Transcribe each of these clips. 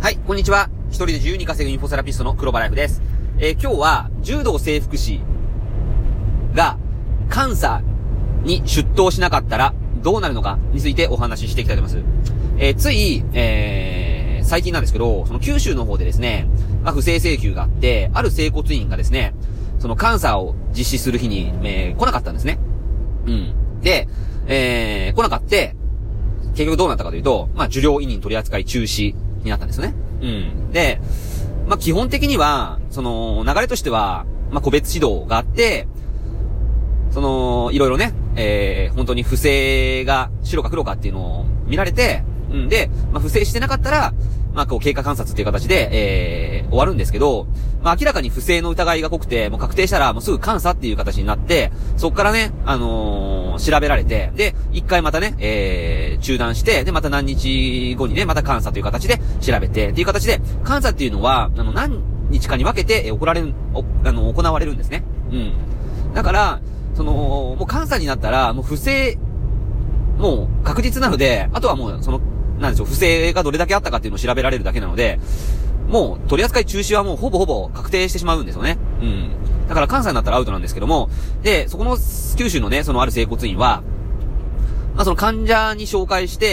はい、こんにちは。一人で自由に稼ぐインフォセラピストの黒羽ライフです。今日は柔道整復師が監査に出頭しなかったらどうなるのかについてお話ししていきたいと思います。つい、最近なんですけど、その九州の方でですね、不正請求があって、ある整骨院がですね、その監査を実施する日に、来なかったんですね。で、来なかった。結局どうなったかというと、受領委任取扱い中止になったんですよね。で、基本的には、その、流れとしては、個別指導があって、その、いろいろね、本当に不正が白か黒かっていうのを見られて、で、不正してなかったら、経過観察っていう形で、終わるんですけど、明らかに不正の疑いが濃くて、もう確定したら、もうすぐ監査っていう形になって、そっからね、調べられて、で、一回またね、中断して、で、また何日後にね、また監査という形で調べて、っていう形で、監査っていうのは、何日かに分けて、行われるんですね。だから、その、もう監査になったら、もう不正、もう確実なので、あとはもう、その、なんでしょう、不正がどれだけあったかっていうのを調べられるだけなので、もう取り扱い中止はもうほぼ確定してしまうんですよね。だから監査になったらアウトなんですけども、で、そこの九州のね、そのある整骨院は、その患者に紹介して、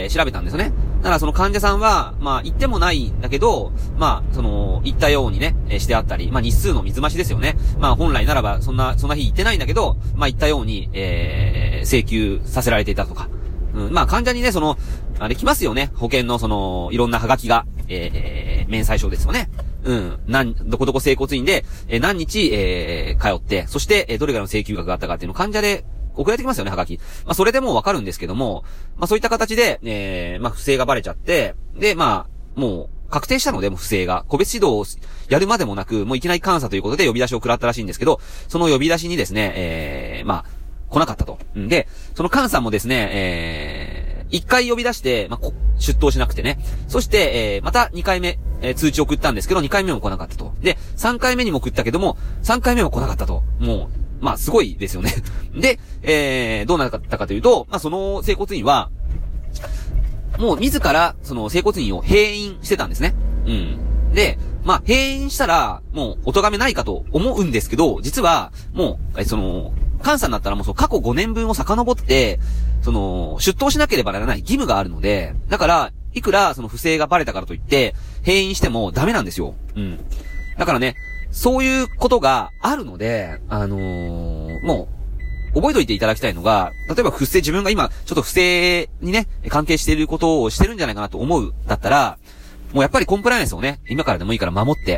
調べたんですよね。だからその患者さんは、言ってもないんだけど、その、言ったようにね、してあったり、日数の水増しですよね。本来ならば、そんな日言ってないんだけど、言ったように、請求させられていたとか。患者にね、その、来ますよね。保険のその、いろんなハガキが、明細書ですよね。どこどこ整骨院で、何日、通って、そして、どれぐらいの請求額があったかっていうのを患者で送られてきますよね、ハガキ。それでもうわかるんですけども、そういった形で、不正がバレちゃって、で、もう、確定したので、もう不正が。個別指導をやるまでもなく、もういきなり監査ということで呼び出しを食らったらしいんですけど、その呼び出しにですね、来なかったと。で、その監査もですね、一回呼び出して、出頭しなくてね。そして、また2回目、通知を送ったんですけど、2回目も来なかったと。で、3回目にも送ったけども、3回目も来なかったと。もう、すごいですよね。で、どうなったかというと、その整骨院は、もう自ら、その整骨院を閉院してたんですね。で、閉院したら、もう、お咎めないかと思うんですけど、実は、もう、その、監査になったらもう過去5年分を遡って、その、出頭しなければならない義務があるので、だから、いくらその不正がバレたからといって、閉院してもダメなんですよ。だからね、そういうことがあるので、もう、覚えておいていただきたいのが、例えば自分が今、ちょっと不正にね、関係していることをしてるんじゃないかなと思う、だったら、もうやっぱりコンプライアンスをね、今からでもいいから守って、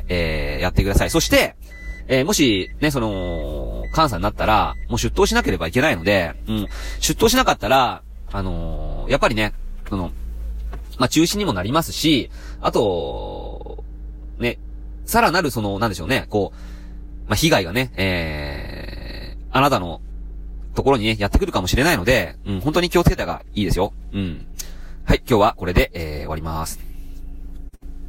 やってください。そして、もし、ね、その、監査になったら、もう出頭しなければいけないので、出頭しなかったら、やっぱりね、その、中止にもなりますし、あと、ね、さらなるその、なんでしょうね、被害がね、あなたのところにね、やってくるかもしれないので、本当に気をつけた方がいいですよ。はい、今日はこれで、終わります。